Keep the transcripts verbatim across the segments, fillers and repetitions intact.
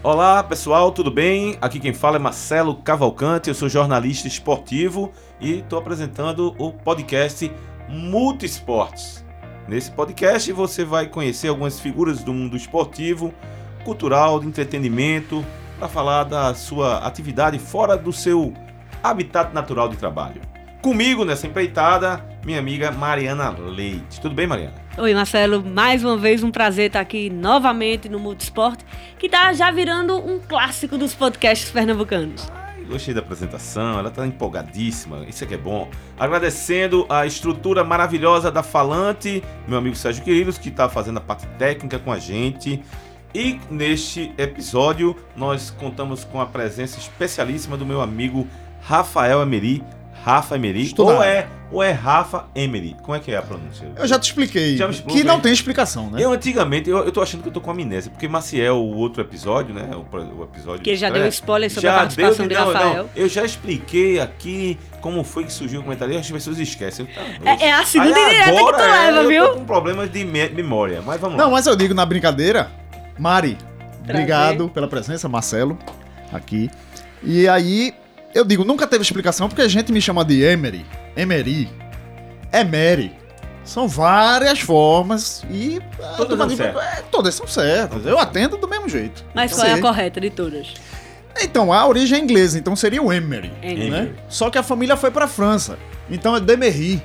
Olá pessoal, tudo bem? Aqui quem fala é Marcelo Cavalcante, eu sou jornalista esportivo e estou apresentando o podcast Multisports. Nesse podcast você vai conhecer algumas figuras do mundo esportivo, cultural, de entretenimento, para falar da sua atividade fora do seu habitat natural de trabalho. Comigo nessa empreitada, minha amiga Mariana Leite. Tudo bem, Mariana? Oi, Marcelo. Mais uma vez um prazer estar aqui novamente no Multisport, que está já virando um clássico dos podcasts pernambucanos. Ai, gostei da apresentação, ela está empolgadíssima, isso é que é bom. Agradecendo a estrutura maravilhosa da Falante, meu amigo Sérgio Quirilos, que está fazendo a parte técnica com a gente. E neste episódio nós contamos com a presença especialíssima do meu amigo Rafael Emery. Rafa Emery, ou é, ou é Rafa Emery? Como é que é a pronúncia? Eu já te expliquei, já me expliquei. Que não tem explicação, né? Eu antigamente, eu, eu tô achando que eu tô com amnésia, porque Maciel, o outro episódio, né? O, o episódio que já é, deu spoiler sobre a participação deu, de não, Rafael. Não, eu já expliquei aqui como foi que surgiu o comentário, as pessoas esquecem. Tá, é, é a segunda indireta que tu leva, é, viu? Eu tô com problemas de me- memória, mas vamos lá. Não, mas eu digo na brincadeira, Mari, Prazer. Obrigado pela presença, Marcelo, aqui. E aí... Eu digo, nunca teve explicação porque a gente me chama de Emery, Emery, Emery. São várias formas e... Todas são certas. É, todas são certas. Eu atendo do mesmo jeito. Mas qual é a correta de todas? Então, a origem é inglesa, então seria o Emery, Emery. Né? Só que a família foi pra França, então é Demery.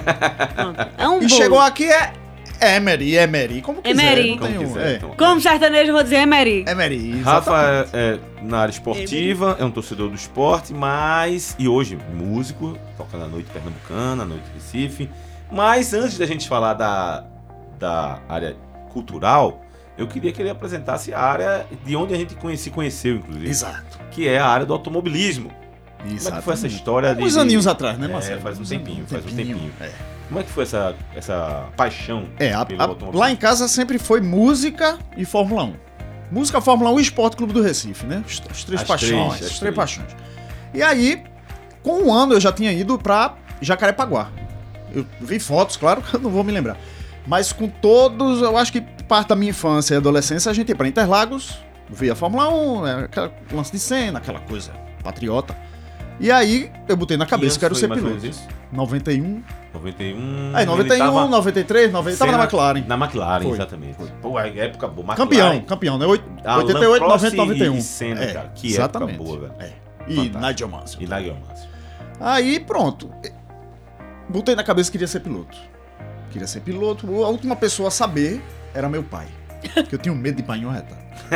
É um e bolo. chegou aqui é Emery, Emery, como quiser. Emery. Como, como, quiser, é. então. Como sertanejo, eu vou dizer Emery. Emery, Rafa é, é na área esportiva, Emery. É um torcedor do esporte, mas... E hoje, músico, toca na noite pernambucana, noite Recife. Mas antes da gente falar da, da área cultural, eu queria que ele apresentasse a área de onde a gente se conheceu, inclusive. Exato. Que é a área do automobilismo. Exato. Como é que foi essa história de... Uns aninhos atrás, né, Marcelo? É, faz um tempinho, faz um tempinho. É. Como é que foi essa, essa paixão é, a, pelo a, automobilismo? Lá em casa sempre foi música e Fórmula um. Música, Fórmula um e Esporte Clube do Recife, né? As, as três as paixões. Três, as três paixões. E aí, com um ano eu já tinha ido pra Jacarepaguá. Eu vi fotos, claro que eu não vou me lembrar. Mas com todos, eu acho que parte da minha infância e adolescência, a gente ia pra Interlagos, via Fórmula um, né? Aquela lance de cena, aquela coisa patriota. E aí, eu botei na cabeça que quero ser piloto. noventa e um. noventa e um. Aí, noventa e um, tava... noventa e três, noventa. Tava na McLaren. Na McLaren, foi, exatamente. Foi. Pô, a época boa. McLaren. Campeão, campeão, né? oitenta e oito, noventa, noventa e um. E Senna, é, cara. Que exatamente. época boa, velho. É. E Fantástico. Nigel Mansell. E Nigel Mansell. Aí, pronto. Botei na cabeça que queria ser piloto. Queria ser piloto. A última pessoa a saber era meu pai. Porque eu tinha medo de painho arretado.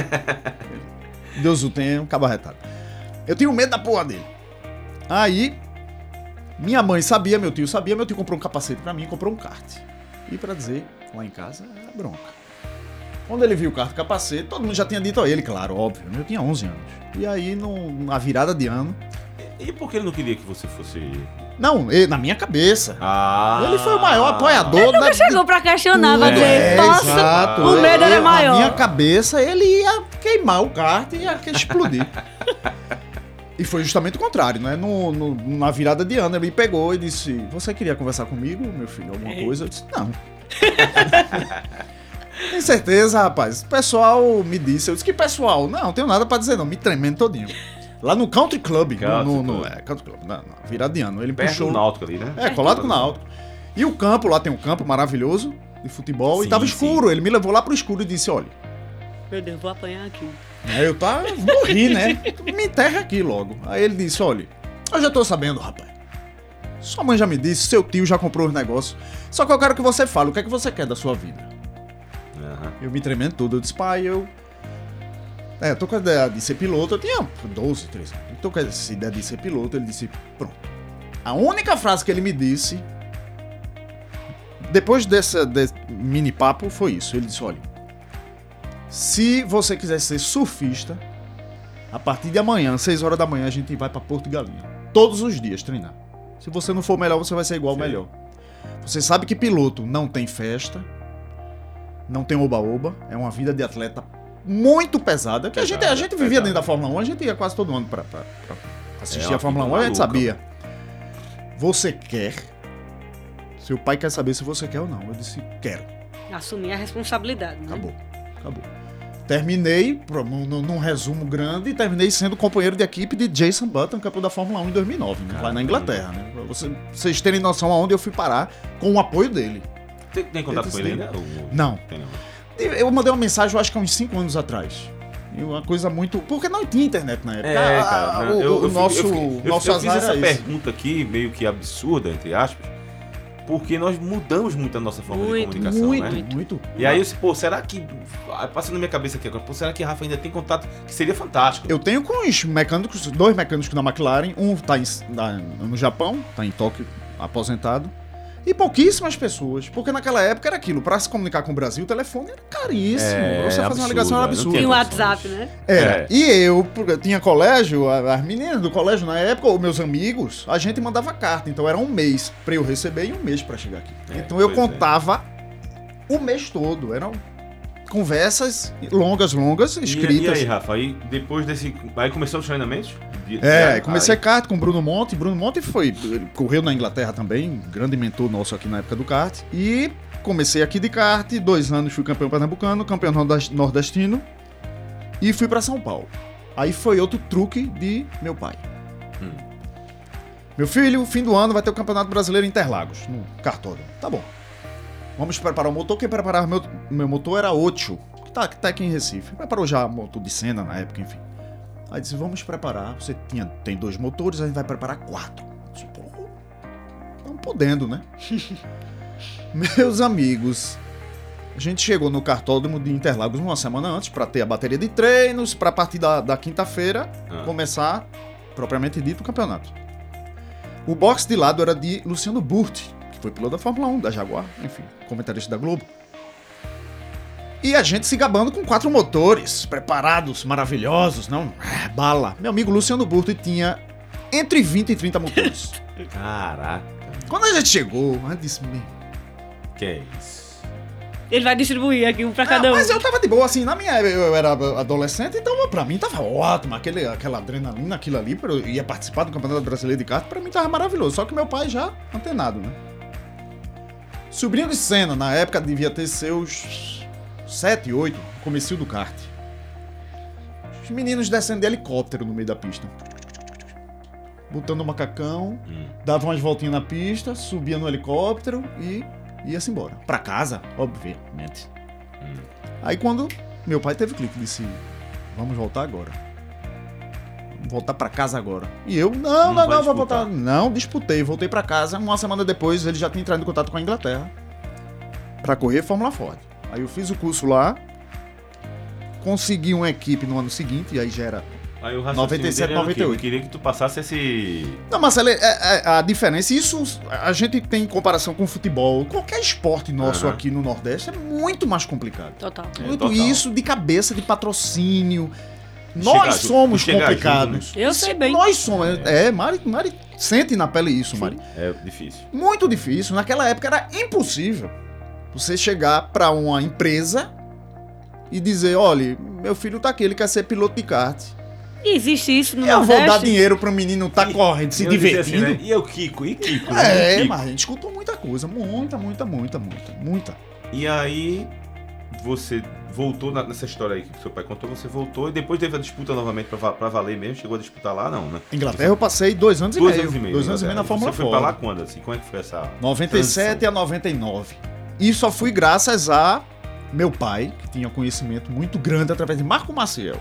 Deus o tenha, um cabo arretado. Eu tinha medo da porra dele. Aí, minha mãe sabia, meu tio sabia, meu tio comprou um capacete pra mim, comprou um kart. E pra dizer, lá em casa, era bronca. Quando ele viu o kart e capacete, todo mundo já tinha dito a ele, claro, óbvio, eu tinha onze anos. E aí, no, na virada de ano... E, e por que ele não queria que você fosse... Não, ele, na minha cabeça. Ah, ele foi o maior apoiador... Ele nunca da, chegou pra questionar, pra dizer, é, posso? Exato, O medo era Na maior. minha cabeça, ele ia queimar o kart e ia explodir. E foi justamente o contrário, né? No, no, na virada de ano, ele me pegou e disse, você queria conversar comigo, meu filho, alguma coisa? Eu disse, não. Tem certeza, rapaz? O pessoal me disse, eu disse, que pessoal? Não, não tenho nada pra dizer não, me tremendo todinho. Lá no Country Club, Country no, no, Club. É, Country Club, na, na virada de ano, ele perto puxou... do Náutico ali, né? É, colado com o Náutico. E o campo, lá tem um campo maravilhoso de futebol, Sim, e tava escuro, sim. ele me levou lá pro escuro e disse, olha... Meu Deus, vou apanhar aqui. Aí eu tá, morri, né? Me enterra aqui logo. Aí ele disse, olha, eu já tô sabendo, rapaz. Sua mãe já me disse, seu tio já comprou os negócios. Só que eu quero que você fale, o que é que você quer da sua vida? Uhum. Eu me tremendo todo, eu disse, pai, eu... É, eu tô com a ideia de ser piloto, eu tinha doze, treze anos. Eu tô com essa ideia de ser piloto, ele disse, pronto. A única frase que ele me disse, depois desse, desse mini papo, foi isso. Ele disse, olha, se você quiser ser surfista, a partir de amanhã, seis horas da manhã, a gente vai pra Porto Galinha. Todos os dias treinar. Se você não for o melhor, você vai ser igual ao melhor. Você sabe que piloto não tem festa, não tem oba-oba, é uma vida de atleta muito pesada. Que a gente, a gente vivia pesada. dentro da Fórmula um, a gente ia quase todo ano pra, pra, pra assistir É, a Fórmula um, maluca, a gente sabia. Você quer? Seu pai quer saber se você quer ou não. Eu disse, quero. Assumir a responsabilidade, né? Acabou, acabou. terminei, num, num resumo grande, terminei sendo companheiro de equipe de Jason Button, campeão da Fórmula um em dois mil e nove, né? Lá na Inglaterra, né? Pra você, vocês terem noção aonde eu fui parar com o apoio dele. Tem, tem contato com ele ainda? Não. Tem não. Eu mandei uma mensagem, eu acho que há uns cinco anos atrás. E uma coisa muito... Porque não tinha internet na época. É, cara. O, eu, o eu, nosso, eu, eu, eu, nosso eu fiz essa é pergunta aqui, meio que absurda, entre aspas, porque nós mudamos muito a nossa forma Muito, de comunicação, muito, né? muito, muito. E aí eu disse, pô, será que... Passa na minha cabeça aqui agora, pô, será que Rafa ainda tem contato? Que seria fantástico. Eu tenho com os mecânicos, dois mecânicos da McLaren, um tá em, na, no Japão, tá em Tóquio, aposentado, e pouquíssimas pessoas, porque naquela época era aquilo, pra se comunicar com o Brasil, o telefone era caríssimo, É, você fazer absurdo, uma ligação era não absurda. E o condições. WhatsApp, né? Era. É. E eu, porque eu tinha colégio, a- as meninas do colégio na época, ou meus amigos, a gente mandava carta. Então era um mês pra eu receber e um mês pra chegar aqui. É, então eu pois é. contava o mês todo. Eram conversas longas, longas, E, escritas. e aí, Rafa, aí depois desse... Aí começou os treinamentos? De- É, de- comecei aí- kart com o Bruno Monte. Bruno Monte foi, ele correu na Inglaterra também, grande mentor nosso aqui na época do kart. E comecei aqui de kart, dois anos fui campeão pernambucano, campeão nordas- nordestino e fui pra São Paulo. Aí foi outro truque de meu pai. Hum. Meu filho, fim do ano vai ter o Campeonato Brasileiro em Interlagos, no cartódromo. Tá bom. Vamos preparar o motor. Quem preparava meu, meu motor era Ocho, que tá, que tá aqui em Recife. Preparou já motor de Senna na época, enfim. Aí disse, vamos preparar. Você tinha, tem dois motores, a gente vai preparar quatro. Eu disse, pô, estamos podendo, né? Meus amigos, a gente chegou no cartódromo de Interlagos uma semana antes para ter a bateria de treinos, para a partir da, da quinta-feira Ah. começar, propriamente dito, o campeonato. O box de lado era de Luciano Burti, que foi piloto da Fórmula um, da Jaguar, enfim, comentarista da Globo. E a gente se gabando com quatro motores, preparados, maravilhosos, não? Ah, bala. Meu amigo Luciano Burti tinha entre vinte e trinta motores. Caraca, Quando a gente chegou, a gente disse, meu... que é isso? Ele vai distribuir aqui um pra Não, cada um. mas eu tava de boa, assim, na minha eu era adolescente, então pra mim tava ótimo, aquele, aquela adrenalina, aquilo ali, eu ia participar do Campeonato Brasileiro de Kart, pra mim tava maravilhoso, só que meu pai já antenado, né? Sobrinho de Senna, na época devia ter seus sete, oito, comecinho do kart. Os meninos descendo de helicóptero no meio da pista. Botando o macacão, Hum. dava umas voltinhas na pista, subia no helicóptero e ia-se embora. Pra casa, obviamente. Hum. Aí quando meu pai teve clique, disse, vamos voltar agora. Vamos voltar pra casa agora. E eu, não, Não não, vai não, vou disputar. voltar. Não, disputei, voltei pra casa. Uma semana depois ele já tinha entrado em contato com a Inglaterra pra correr Fórmula Ford. Aí eu fiz o curso lá, consegui uma equipe no ano seguinte, e aí já era... Aí o raciocínio noventa e sete, dele era o quê? noventa e oito. Eu queria que tu passasse esse... Não, Marcelo, é, é, a diferença, isso a gente tem em comparação com o futebol, qualquer esporte nosso Aham. aqui no Nordeste é muito mais complicado. Total. É, Muito total. isso de cabeça, de patrocínio. Chegar Nós junto, somos chegar complicados. junto, Eu sei bem. Nós somos. É, Mari, Mari sente na pele isso, Mari. É difícil. Muito difícil. Naquela época era impossível você chegar pra uma empresa e dizer, olha, meu filho tá aqui, ele quer ser piloto de kart. E existe isso no Eu vou Nordeste? dar dinheiro pro menino tá E- correndo, se eu dizia divertindo. assim, né? E eu, Kiko? E Kiko? né? É, Kiko. mas a gente escutou muita coisa. Muita, muita, muita, muita, muita. E aí, você voltou na- nessa história aí que seu pai contou, você voltou e depois teve a disputa novamente pra, va- pra valer mesmo? Chegou a disputar lá? Não, né? Inglaterra eu passei dois anos e Dois meio. anos e meio. Dois anos e meio na Inglaterra. Fórmula Você foi pra lá Ford. quando, assim? Como é que foi essa... noventa e sete a noventa e nove. E só fui graças a meu pai, que tinha conhecimento muito grande através de Marco Maciel.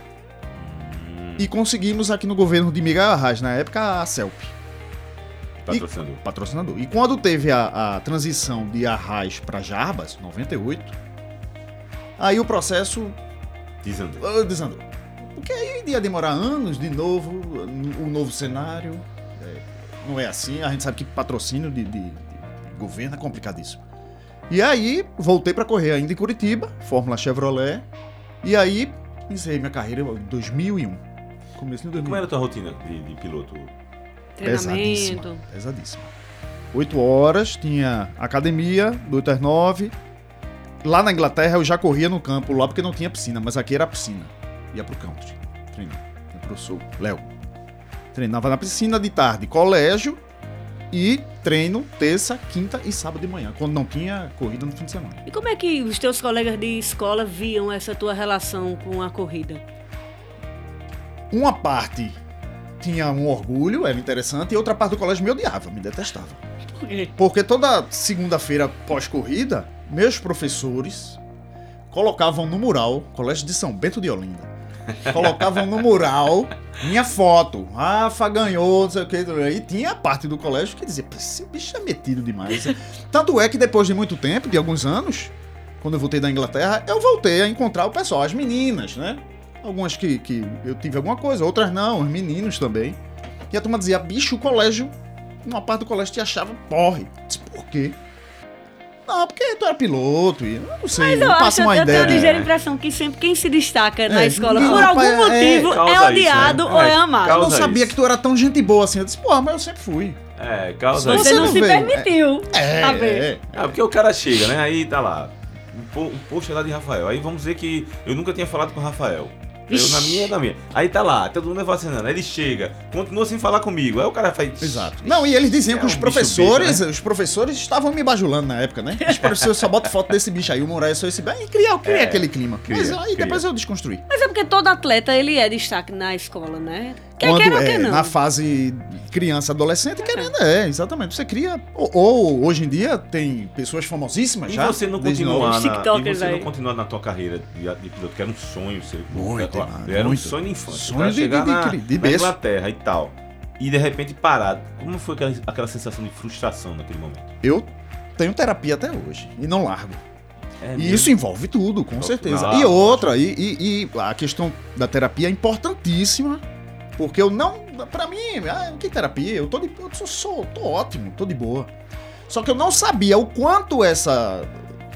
Hum, E conseguimos aqui no governo de Miguel Arraes, na época a CELP, patrocinador. patrocinador. E quando teve a, a transição de Arraes para Jarbas, noventa e oito, aí o processo Desandou. ah, desandou. Porque aí ia demorar anos de novo, um novo cenário. É, não é assim, a gente sabe que patrocínio de, de- de governo é complicadíssimo. E aí, voltei para correr ainda em Curitiba, Fórmula Chevrolet. E aí, encerrei minha carreira em dois mil e um. Começo em dois mil e um. Como era a tua rotina de, de piloto? Pesadíssima, Treinamento. pesadíssima. Oito horas, tinha academia, do oito às nove. Lá na Inglaterra eu já corria no campo lá porque não tinha piscina, mas aqui era piscina. Ia pro country, treinar. Ia pro sul, Léo. Treinava na piscina de tarde, colégio E treino terça, quinta e sábado de manhã, quando não tinha corrida no fim de semana. E como é que os teus colegas de escola viam essa tua relação com a corrida? Uma parte tinha um orgulho, era interessante, e outra parte do colégio me odiava, me detestava. Por quê? Porque toda segunda-feira pós-corrida, meus professores colocavam no mural, Colégio de São Bento de Olinda, colocavam no mural minha foto. Rafa ganhou, não sei o que. E tinha a parte do colégio que dizia, esse bicho é metido demais. Tanto é que depois de muito tempo, de alguns anos, quando eu voltei da Inglaterra, eu voltei a encontrar o pessoal, as meninas, né? Algumas que, que eu tive alguma coisa, outras não, os meninos também. E a turma dizia, bicho, o colégio, uma parte do colégio te achava porre. Eu disse, por quê? Não, porque tu era piloto e eu não sei, Mas eu não acho, passa uma eu ideia. tenho a de- ligeira impressão que sempre quem se destaca na É, escola não, por algum rapaz, é- motivo é, causa odiado isso, né? ou é É, amado. Eu não causa sabia isso. que tu era tão gente boa assim. Eu disse, porra, mas eu sempre fui. É, causa Você Você isso. não não se veio, permitiu. É, Tá vendo? é. Ah, porque o cara chega, né? Aí tá lá. Um po- um post lá de Rafael. Aí vamos dizer que eu nunca tinha falado com o Rafael. Eu na minha, na minha. Aí tá lá, todo mundo vacinando. Aí ele chega, continua sem falar comigo. Aí o cara faz. Exato. Não, e eles diziam É que os um professores, bicho, bicho, os professores estavam me bajulando na época, né? Os professores só botam foto desse bicho aí, o Moraes só esse bem e cria, cria É, aquele clima. cria, Mas aí cria. depois eu desconstruí. Mas é porque todo atleta, ele é destaque na escola, né? Quer Quando queira ou é quer não. na fase criança, adolescente, querendo é, exatamente. Você cria. Ou, ou hoje em dia tem pessoas famosíssimas E já. você não desde continuar novos. Os na, e tiktokers você aí. não continuar na tua carreira de, de piloto, que era um sonho ser Muito, era, mano, era um muito. sonho de infância. Sonho o cara de- chegar de- de na, cri- de na berço. Inglaterra e tal. E de repente parar. Como foi aquela, aquela sensação de frustração naquele momento? Eu tenho terapia até hoje e não largo. É E mesmo? isso envolve tudo, com Envolve- certeza. Ah, e outra, e, e- e a questão da terapia é importantíssima, porque eu não. Pra mim, ah, que terapia? Eu tô de. Eu sou, sou- tô ótimo, tô de boa. Só que eu não sabia o quanto essa.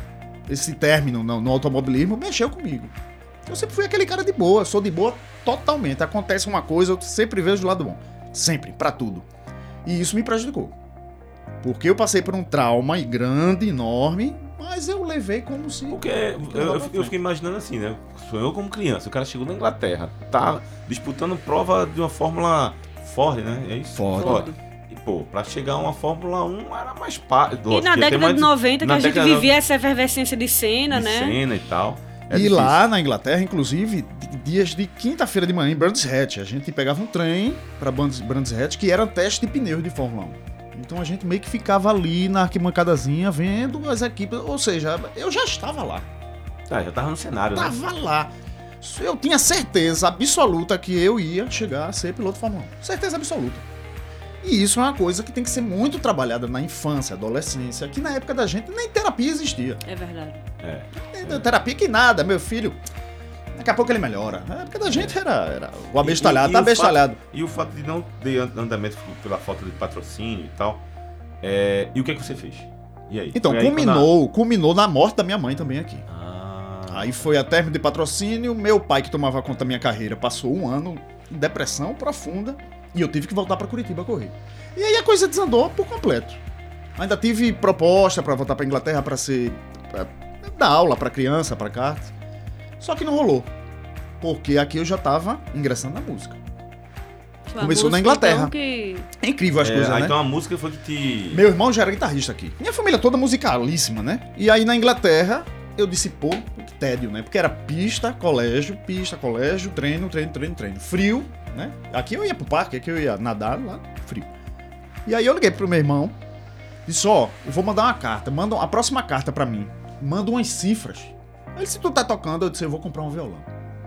Esse término no, no automobilismo mexeu comigo. Eu sempre fui aquele cara de boa, sou de boa totalmente. Acontece uma coisa, eu sempre vejo do lado bom. Sempre, pra tudo. E isso me prejudicou. Porque eu passei por um trauma grande, enorme, mas eu levei como se. Porque eu, eu, eu fiquei imaginando assim, né? Sou eu como criança, o cara chegou na Inglaterra, tá disputando prova de uma Fórmula Ford, né? É isso? Ford. E, pô, pra chegar a uma Fórmula um era mais fácil. E na década de noventa, que a gente vivia essa efervescência de cena, de né? cena e tal. É e difícil. lá na Inglaterra, inclusive, di- dias de quinta-feira de manhã em Brands Hatch, a gente pegava um trem pra Brands, Brands Hatch que era teste de pneus de Fórmula um. Então a gente meio que ficava ali na arquibancadazinha vendo as equipes, ou seja, eu já estava lá. Ah, já tava no cenário, né? Tava lá. Eu tinha certeza absoluta que eu ia chegar a ser piloto de Fórmula um. Certeza absoluta. E isso é uma coisa que tem que ser muito trabalhada na infância, adolescência, que na época da gente nem terapia existia. É verdade. É. Nem terapia que nada, meu filho. Daqui a pouco ele melhora. Na época da gente era, era o abestalhado, E- e tá o abestalhado. fato- E o fato de não ter an- andamento pela falta de patrocínio e tal. É, e o que é que você fez? E aí? Então, Foi aí culminou, culminou na morte da minha mãe também aqui. quando a- Ah, Aí foi a término de patrocínio, meu pai que tomava conta da minha carreira passou um ano em depressão profunda e eu tive que voltar pra Curitiba correr. E aí a coisa desandou por completo. Ainda tive proposta pra voltar pra Inglaterra pra ser pra dar aula pra criança, pra kart. Só que não rolou. Porque aqui eu já tava ingressando na música. Foi a Começou na música, Inglaterra. então, que... É incrível as é, coisas, ah, né? então a música foi que te. Meu irmão já era guitarrista aqui. Minha família toda musicalíssima, né? E aí na Inglaterra, eu disse, pô, que tédio, né? Porque era pista, colégio, pista, colégio, treino, treino, treino, treino. Frio, né? Aqui eu ia pro parque, aqui eu ia nadar, lá, frio. E aí eu liguei pro meu irmão, disse, ó, eu vou mandar uma carta, manda a próxima carta pra mim. Manda umas cifras. Ele disse, tu tá tocando? Eu disse, eu vou comprar um violão.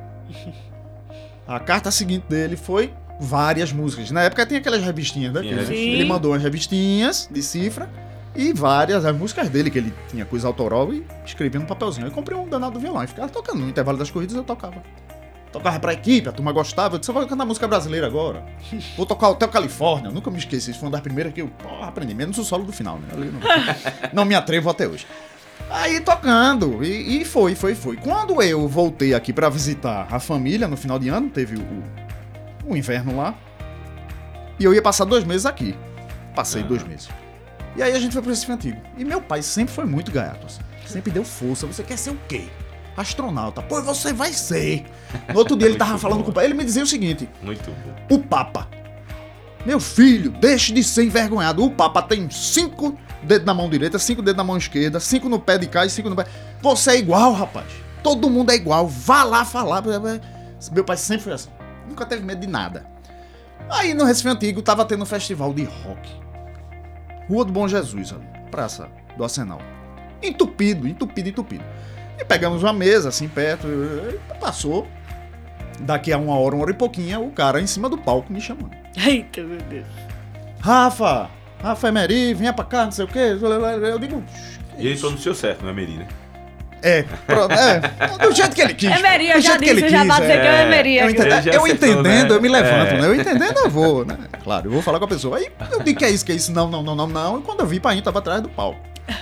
A carta seguinte dele foi várias músicas. Na época tinha aquelas revistinhas, né? Sim, Que ele- sim. Ele mandou umas revistinhas de cifra e várias as músicas dele, que ele tinha coisa autoral e escrevia no papelzinho. Eu comprei um danado violão e ficava tocando. No intervalo das corridas eu tocava. Tocava pra equipe, a turma gostava. Eu disse, eu vou cantar música brasileira agora. Vou tocar o Hotel Califórnia. Eu nunca me esqueci. Isso foi uma das primeiras que eu porra, aprendi. Menos o solo do final, né? Ali não, não me atrevo até hoje. Aí tocando, e, e foi, foi, foi. Quando eu voltei aqui pra visitar a família no final de ano, teve o, o inverno lá, e eu ia passar dois meses aqui. Passei Ah. dois meses. E aí a gente foi pro Recife Antigo. E meu pai sempre foi muito gaiato, assim. Sempre deu força. Você quer ser o quê? Astronauta. Pô, você vai ser. No outro dia ele tava Muito falando bom. com o pai. Ele me dizia o seguinte: Muito bom. o Papa. Meu filho, deixe de ser envergonhado. O Papa tem cinco dedos na mão direita, cinco dedos na mão esquerda, cinco no pé de cá e cinco no pé. Você é igual, rapaz. Todo mundo é igual. Vá lá falar. Meu pai sempre foi assim. Nunca teve medo de nada. Aí no Recife Antigo tava tendo um festival de rock. Rua do Bom Jesus, ali, praça do Arsenal. Entupido, entupido, entupido. E pegamos uma mesa assim perto. Passou. Daqui a uma hora, uma hora e pouquinho, o cara em cima do palco me chamando. Eita, meu Deus. Rafa, Rafa Emery, venha pra cá, não sei o quê. Eu digo... E ele pronunciou certo, não é Emery, né? É, pro, é, do jeito que ele quis. Emery, eu do já jeito que ele disse, eu já quis. bati dizer que é o é, Emery. eu, aqui. entendo, Ele já eu acertou, entendendo, né? eu me levanto, É. né? Eu entendendo, eu vou, né? Claro, eu vou falar com a pessoa. Aí eu digo que é isso, que é isso. Não, não, não, não, não. E quando eu vi, Painho tava atrás do palco.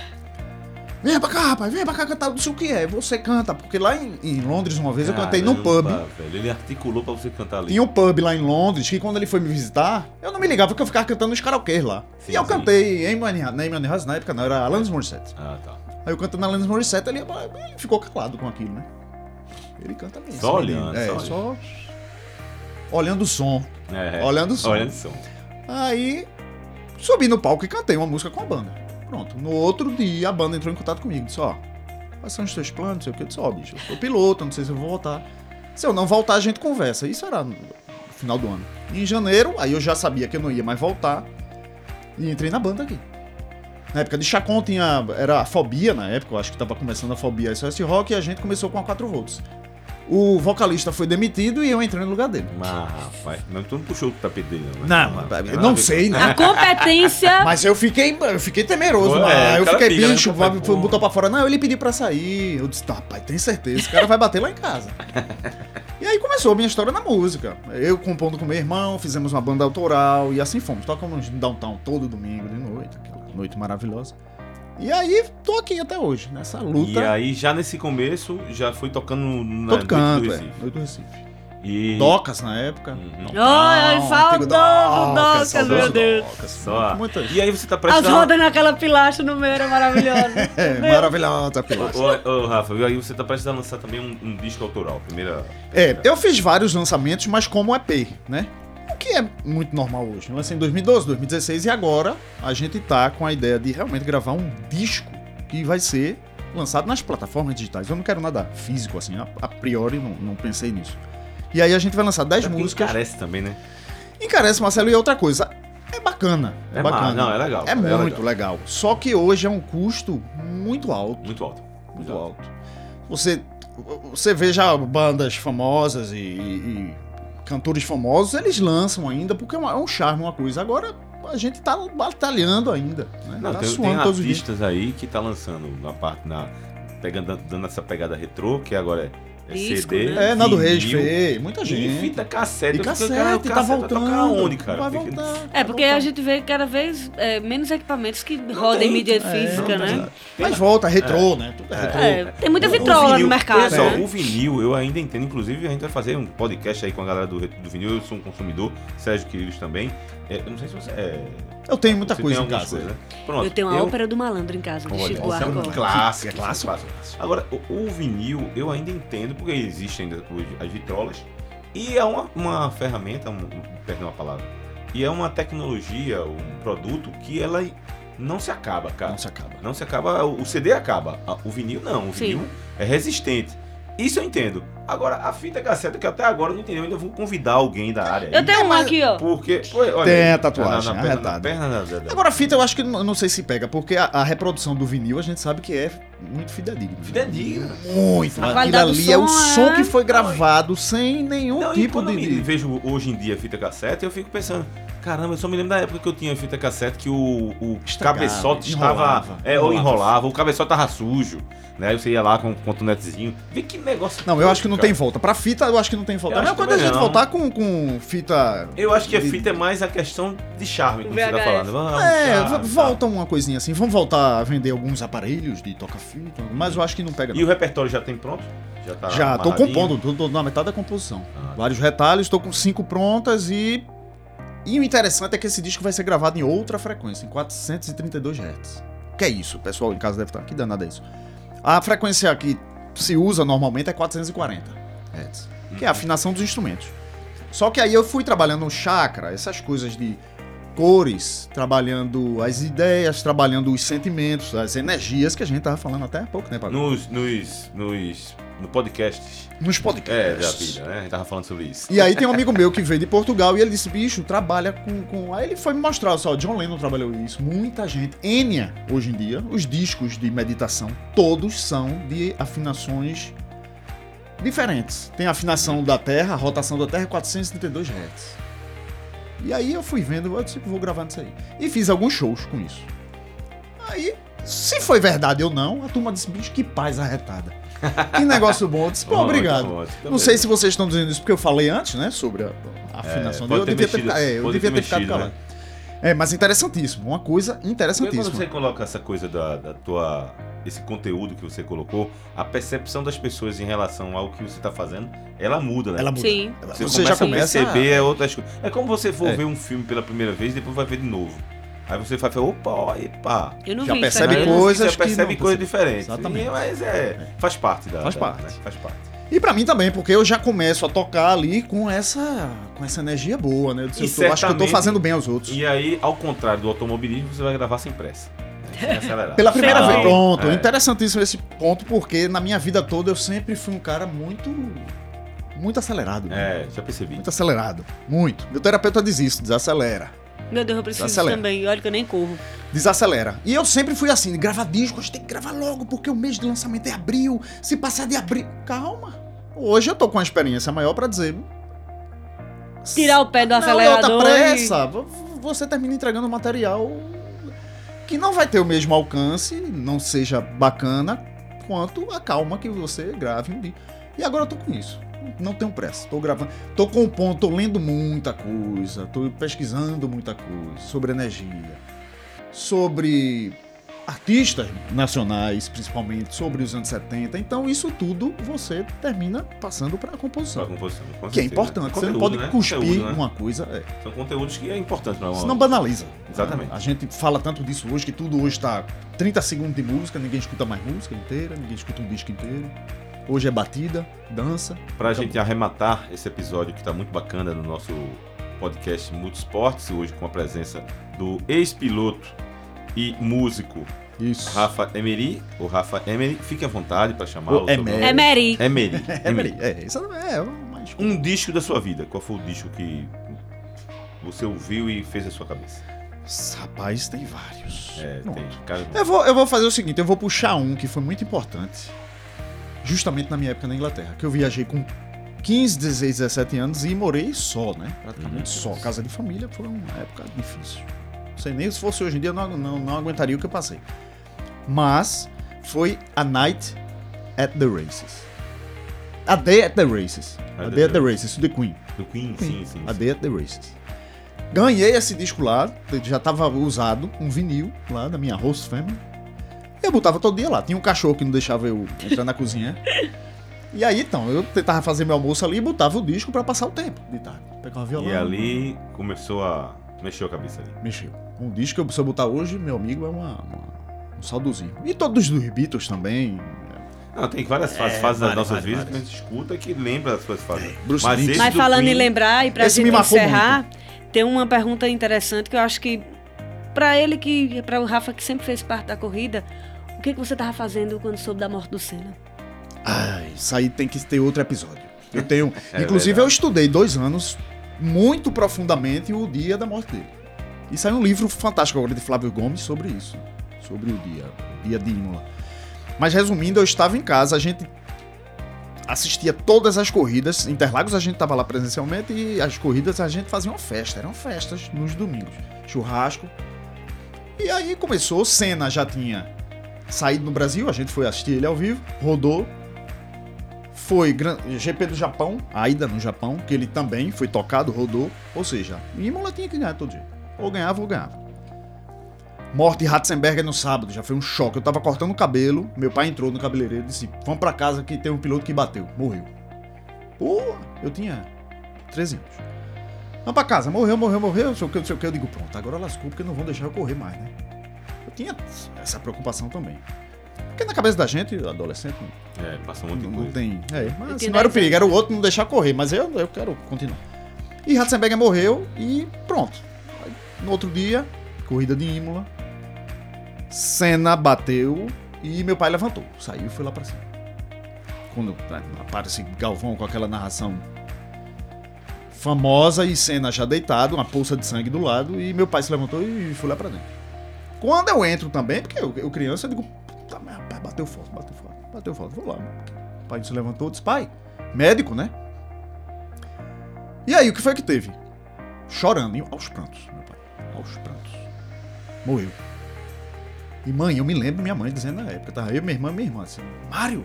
Vem pra cá, rapaz, vem pra cá cantar. Não sei o que é, você canta. Porque lá em, em Londres, uma vez, eu cantei num pub. Caramba, velho, ele articulou pra você cantar ali. Tinha um pub lá em Londres que quando ele foi me visitar, eu não me ligava porque eu ficava cantando nos karaokês lá. Sim, e eu sim. cantei em Amy House, na época não, era Alanis Morissette. Ah, tá. Aí eu cantando Alanis Morissette, ele, ele ficou calado com aquilo, né? Ele canta mesmo. Só esse menino. olhando, É, só só olhando o som. É, Olhando o som. Olhando o som. Aí subi no palco e cantei uma música com a banda. Pronto. No outro dia a banda entrou em contato comigo. Disse, ó, quais são os teus planos, não sei o que. Eu disse, ó, bicho, eu sou piloto, não sei se eu vou voltar. Se eu não voltar, a gente conversa. Isso era no final do ano. E em janeiro, aí eu já sabia que eu não ia mais voltar. E entrei na banda aqui. Na época de Chacon tinha, era a Fobia na época, eu acho que tava começando a Fobia S O S Rock e a gente começou com a quatro volts. O vocalista foi demitido e eu entrei no lugar dele. Mas, rapaz, mas tu não puxou o tapete dele, não. Não, Mas- eu não sei, né? A competência... Mas eu fiquei, eu fiquei temeroso, Pô, mano. é, eu o cara fiquei, fica, né? bicho, Pô, vai- pô. botou pra fora. Não, ele pediu pra sair. Eu disse, tá, pai, tem certeza, esse cara vai bater lá em casa. E aí começou a minha história na música. Eu compondo com meu irmão, fizemos uma banda autoral e assim fomos. Tocamos no downtown todo domingo de noite, aquela noite maravilhosa. E aí, tô aqui até hoje, nessa luta. E aí, já nesse começo, já foi tocando na todo noite canto, do é. Recife. Noite do Recife. E... Docas na época. Uhum. Downtown, Ai, antigo saudoso Docas, saudoso meu Deus. Docas. Só. Muita gente. E aí você tá As prestando... rodas naquela pilastra no meio era maravilhosa. É, maravilhosa a pilastra. Ô, ô, ô, Rafa, viu? Aí você tá prestes a lançar também um, um disco autoral. Primeira... É, eu fiz vários lançamentos, mas como E P, né? O que é muito normal hoje. Eu lancei em dois mil e doze, dois mil e dezesseis e agora a gente tá com a ideia de realmente gravar um disco que vai ser lançado nas plataformas digitais. Eu não quero nada físico, assim, a, a priori não, não pensei nisso. E aí a gente vai lançar dez Até porque músicas. encarece também, né? Encarece, Marcelo, e outra coisa. É bacana. É, É bacana. ma- não, é legal, É, é muito legal. legal. Só que hoje é um custo muito alto. Muito alto. Muito alto. Você, você vê já bandas famosas e, e cantores famosos, eles lançam ainda, porque é, uma- é um charme, uma coisa. Agora a gente tá batalhando ainda. Né? Não, tá tem, suando tem todos os dias. artistas aí que tá lançando na parte, na, pegando, dando essa pegada retrô, que agora é, é Disco, C D. né? É, Naldo Reis vinil fez, muita E gente. fita cassete. E Eu fiquei, cassete, cara, o tá cassete vai voltando. tocar onde, cara? Vai Fica- voltar. É, vai porque voltar. a gente vê cada vez é, menos equipamentos que rodam em tem. mídia É, física, não né? tem. Mas volta, retrô, né? Tudo é retrô. É, tem muita O- o vitrola vinil- no mercado, Pessoal, né? o vinil eu ainda entendo. Inclusive, a gente vai fazer um podcast aí com a galera do, do vinil. Eu sou um consumidor, Sérgio Quirilos também. É, eu não sei se você é. Eu tenho muita você coisa tem em algumas casa. coisas, né? Pronto, Eu tenho a ópera do malandro em casa, de Olha, Chico esse é um Buarque. clássico, É clássico. clássico. Agora, o, o vinil eu ainda entendo, porque existem ainda hoje as vitrolas, e é uma, uma ferramenta, um, perdão a palavra, e é uma tecnologia, um produto que ela não se acaba, cara. Não se acaba. Não se acaba, o C D acaba, a- o vinil não, o Sim. vinil é resistente. Isso eu entendo. Agora, a fita cassete, que até agora eu não entendi, eu ainda vou convidar alguém da área. Eu aí, tenho um mas- aqui, ó. Porque, olha, Tem aí, a tatuagem, na, na, perna, na arretada. perna da, da, da- Agora, a fita eu acho que não, não sei se pega, porque a, a reprodução do vinil a gente sabe que é muito fidedigna. Fidedigna. Muito. A Aquilo qualidade do ali é o som, som é. que foi gravado sem nenhum Não, e tipo quando de. eu me de- vejo hoje em dia fita cassete, eu fico pensando, caramba, eu só me lembro da época que eu tinha fita cassete que o, o Estragava, cabeçote enrolava, estava. É, ou enrolava. enrolava, o cabeçote tava sujo, né? Aí você ia lá com, com o tonetezinho. Vê que negócio. Não, eu acho que não cara. tem volta. Pra fita, eu acho que não tem volta. Eu A mesma acho coisa a também gente não. voltar com, com fita. Eu acho que a de- fita é mais a questão de charme, como você tá V H S. falando. Vamos, É, charme, v- tá. volta uma coisinha assim. Vamos voltar a vender alguns aparelhos de toca-fita, mas eu acho que não pega. E Não. o repertório já tem pronto? Já tá Já, tô amarradinho? compondo, tô, tô na metade da composição. Ah, Vários retalhos, tô com cinco prontas e. E o interessante é que esse disco vai ser gravado em outra frequência, em quatrocentos e trinta e dois hertz. Que é isso? O pessoal em casa deve estar. Que danada é isso? A frequência que se usa normalmente é quatrocentos e quarenta hertz, que é a afinação dos instrumentos. Só que aí eu fui trabalhando no chakra, essas coisas de cores, trabalhando as ideias, trabalhando os sentimentos, as energias que a gente tava falando até há pouco, né, Pablo? Nos, nos, nos no podcasts. Nos É, podcasts. da vida, né? A gente tava falando sobre isso. E aí tem um amigo meu que veio de Portugal e ele disse, bicho, trabalha com... com... Aí ele foi me mostrar, só, John Lennon trabalhou isso, muita gente. Enya, hoje em dia, os discos de meditação, todos são de afinações diferentes. Tem a afinação da Terra, a rotação da Terra é quatrocentos e trinta e dois hertz. E aí eu fui vendo, eu disse, vou gravar nisso aí. E fiz alguns shows com isso. Aí, se foi verdade ou não, a turma disse, bicho, que paz arretada. Que negócio bom. Eu disse, pô, Bom, obrigado. bom, Não sei se vocês estão dizendo isso porque eu falei antes, né? Sobre a, a afinação É, dele. Eu pode ter devia ter, mexido, é, eu pode devia ter ter ficado mexido, calado. né? É, mas interessantíssimo. Uma coisa Porque quando interessantíssima. você coloca essa coisa da, da tua... Esse conteúdo que você colocou, a percepção das pessoas em relação ao que você tá fazendo, ela muda, né? Ela muda. Sim. Ela- Você, Você, começa já começa a perceber outras coisas. É como você for É. ver um filme pela primeira vez e depois vai ver de novo. Aí você vai falar, opa, epa. Eu não Já vi percebe isso Aí ainda. coisas você que percebe não coisas percebe. diferentes. Exatamente. E, mas é, faz parte da... Faz da- parte. né? Faz parte. E pra mim também, porque eu já começo a tocar ali com essa, com essa energia boa, né? Eu, disse, E eu tô- acho que eu tô certamente- fazendo bem aos outros. E aí, ao contrário do automobilismo, você vai gravar sem pressa. Sem acelerar. Pela primeira Sim. vez, pronto. É. Interessantíssimo esse ponto, porque na minha vida toda eu sempre fui um cara muito. Muito acelerado. né? É, já percebi. Muito acelerado. Muito. Meu terapeuta diz isso, desacelera. Meu Deus, eu preciso Acelera. também. Olha que eu nem corro. Desacelera. E eu sempre fui assim, gravar disco, a gente tem que gravar logo, porque o mês de lançamento é abril. Se passar de abril. Calma. Hoje eu tô com uma experiência maior pra dizer. Tirar o pé do Não, acelerador. Não, outra e- pressa. v- Você termina entregando material que não vai ter o mesmo alcance, não seja bacana, quanto a calma que você grave um dia. E agora eu tô com isso. Não tenho pressa. Tô gravando. Tô com um ponto, tô lendo muita coisa, tô pesquisando muita coisa sobre energia, sobre artistas nacionais, principalmente, sobre os anos setenta. Então, isso tudo você termina passando para a Sua composição. composição. com Que é certeza. importante. Você não Conteúdo, pode né? cuspir Conteúdo, né? uma coisa. É. São conteúdos que é importante pra uma... Senão banaliza. Exatamente. A gente fala tanto disso hoje, que tudo hoje tá trinta segundos de música, ninguém escuta mais música inteira, ninguém escuta um disco inteiro. Hoje é batida, dança. Pra Acabou. gente arrematar esse episódio que tá muito bacana no nosso podcast Multisportes, hoje com a presença do ex-piloto e músico Isso. Rafa Emery, ou Rafa Emery, fique à vontade para chamá-lo. O Emery. É Mary. Emery. É, peraí, é, isso é, é mais... Um disco da sua vida. Qual foi o disco que você ouviu e fez a sua cabeça? Rapaz, tem vários. É, Pronto. tem. Cara, Eu vou, eu vou fazer o seguinte, eu vou puxar um que foi muito importante, justamente na minha época na Inglaterra, que eu viajei com quinze, dezesseis, dezessete anos e morei só, né? Praticamente Uhum. só. Casa de família foi uma época difícil. Não sei nem se fosse hoje em dia, eu não, não, não aguentaria o que eu passei. Mas foi A Night at the Races. A Day at the Races. A Day at the Races, do The Queen. do Queen, sim, sim. A Day at the Races. Ganhei esse disco lá, já tava usado, um vinil lá da minha host family. Eu botava todo dia lá. Tinha um cachorro que não deixava eu entrar na cozinha. E aí, então, eu tentava fazer meu almoço ali e botava o disco pra passar o tempo de tarde. Pegava violão. E ali começou a... Mexeu a cabeça ali. Mexeu. Um disco que se eu botar hoje, meu amigo, é uma, uma- um saudosismo. E todos dos Beatles também. Não, tem várias fases, É, fases das várias, nossas várias, vidas que a várias. gente escuta que lembra das suas fases. Bruce Mas Dickinson. esse Mas do falando Queen- em lembrar, e pra Esse gente me marcou encerrar, tem uma pergunta interessante que eu acho que, pra ele, que para o Rafa, que sempre fez parte da corrida, o que, que você tava fazendo quando soube da morte do Senna? Ai, isso aí tem que ter outro episódio. Eu tenho. É inclusive, verdade. eu estudei dois anos muito profundamente o dia da morte dele. E saiu um livro fantástico agora de Flávio Gomes sobre isso. Sobre o dia, o dia de Imola. Mas resumindo, eu estava em casa, a gente assistia todas as corridas. Interlagos a gente estava lá presencialmente e as corridas a gente fazia uma festa. Eram festas nos domingos. Churrasco. E aí começou, Senna já tinha saído no Brasil, a gente foi assistir ele ao vivo, rodou. Foi Gran- G P do Japão, Aida no Japão, que ele também foi tocado, rodou. Ou seja, Imola tinha que ganhar todo dia. Ou ganhava ou ganhava. Morte de Ratzenberger no sábado, já foi um choque. Eu tava cortando o cabelo, meu pai entrou no cabeleireiro e disse: vamos pra casa que tem um piloto que bateu, morreu. Pô, eu tinha treze anos. Vamos pra casa, morreu, morreu, morreu, não sei o que, não sei o que. Eu digo: pronto, agora lascou porque não vão deixar eu correr mais, né? Eu tinha essa preocupação também. Porque na cabeça da gente, adolescente, É, passou um monte de não, coisa. não tem. É, Eu mas tinha não era o dez perigo, era o outro não deixar correr, mas eu, eu quero continuar. E Ratzenberger morreu e pronto. Aí No outro dia, corrida de Imola, Senna bateu e meu pai levantou. Saiu e foi lá pra cima. Quando aparece Galvão com aquela narração famosa e Senna já deitado, uma poça de sangue do lado, e meu pai se levantou e foi lá pra dentro. Quando eu entro também, porque eu, eu criança, eu digo, puta, meu pai bateu forte, bateu forte, bateu forte, vou lá. O pai se levantou e disse, pai, médico, né? E aí, o que foi que teve? Chorando, aos prantos, meu pai, aos prantos. Morreu. E mãe, eu me lembro minha mãe dizendo na época, tava eu, minha irmã e minha irmã, assim, Mário,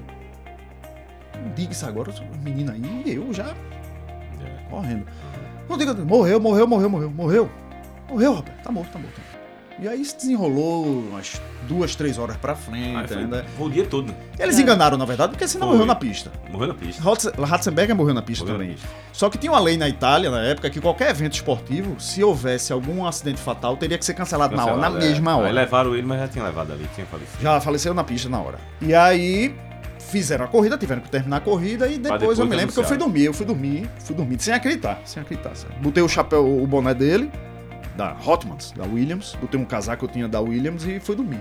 não diga isso agora, menina aí, e eu já correndo. Não diga, morreu, morreu, morreu, morreu, morreu. Morreu, rapaz, tá morto, tá morto. E aí se desenrolou umas duas, três horas pra frente. Ah, foi, ainda. foi o dia todo. Eles É. enganaram, na verdade, porque senão Foi. morreu na pista. Morreu na pista. Ratzenberger morreu na pista Morreu na também. pista. Só que tinha uma lei na Itália, na época, que qualquer evento esportivo, se houvesse algum acidente fatal, teria que ser cancelado, Cancelado, na hora, na é. mesma hora. Aí levaram ele, mas já tinha levado ali, tinha falecido. Já faleceu na pista na hora. E aí fizeram a corrida, tiveram que terminar a corrida e depois, depois eu me lembro que eu fui anunciaram. dormir, eu fui dormir, fui dormir sem acreditar, sem acreditar. Sabe? Botei o chapéu, o boné dele, da Hotmans, da Williams, botei um casaco que eu tinha da Williams e fui dormir.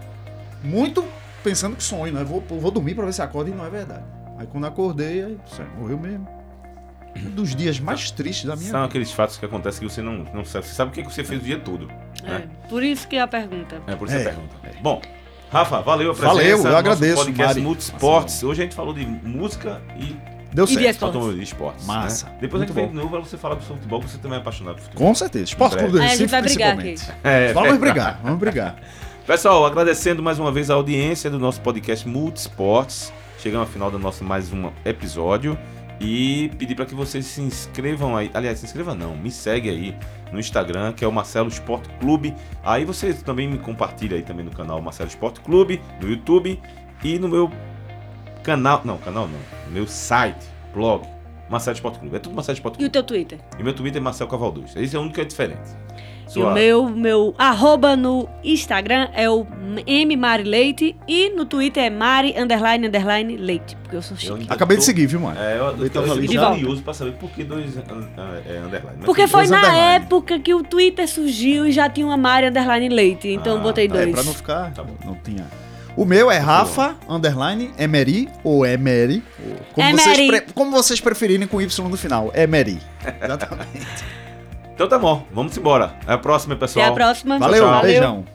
Muito pensando que sonho, né? Vou, vou dormir pra ver se acorda e não é verdade. Aí quando acordei, aí, sério, morreu mesmo. Um dos dias mais tristes da minha São vida. aqueles fatos que acontecem que você não, não sabe. Você sabe o que você fez o dia todo. Né? É, por isso que a pergunta. É, por isso É. a pergunta. Bom, Rafa, valeu a presença. Valeu, eu no nosso agradeço, podcast Mari. Multisports. Hoje a gente falou de música e Deu E de certo. esportes. automobilismo e esportes. Massa. Né? Depois Muito a gente vem bom. de novo pra você falar do futebol, que você também é apaixonado por futebol. Com certeza. Esporte Clube do Aí a gente Recife, vai brigar principalmente. aqui. É, Vamos é. brigar, vamos brigar. Pessoal, agradecendo mais uma vez a audiência do nosso podcast Multisports. Chegamos ao final do nosso mais um episódio. E pedir para que vocês se inscrevam aí. Aliás, se inscreva não, me segue aí no Instagram, que é o Marcelo Esporte Clube. Aí vocês também me compartilham aí também no canal Marcelo Esporte Clube, no YouTube e no meu canal. Não, canal não. No meu site, blog, Marcelo Esporte Clube. É tudo Marcelo Esporte E o Clube. teu Twitter? E meu Twitter é Marcelo Cavalduz. Esse é o único que é diferente. E Sua- o meu, meu arroba no Instagram é o M Mari Leite e no Twitter é Mari underline underline Leite, porque eu sou chique. Eu- Acabei de seguir, viu, mano? É, eu, eu, eu, Então, eu ali tô de volta. curioso pra saber por que dois uh, uh, é, underline. Mas Porque tudo foi dois na underline. época que o Twitter surgiu e já tinha uma Mari underline Leite, então Ah, eu botei É, dois. pra não ficar. Tá bom. Não tinha. O meu é Rafa, underline, Emery, ou Emery. ou- Como, Emery. vocês, pre- como vocês preferirem com Y no final. Emery. Exatamente. Então tá bom, vamos embora. Até a próxima, pessoal. Até a próxima. Valeu, tchau. beijão.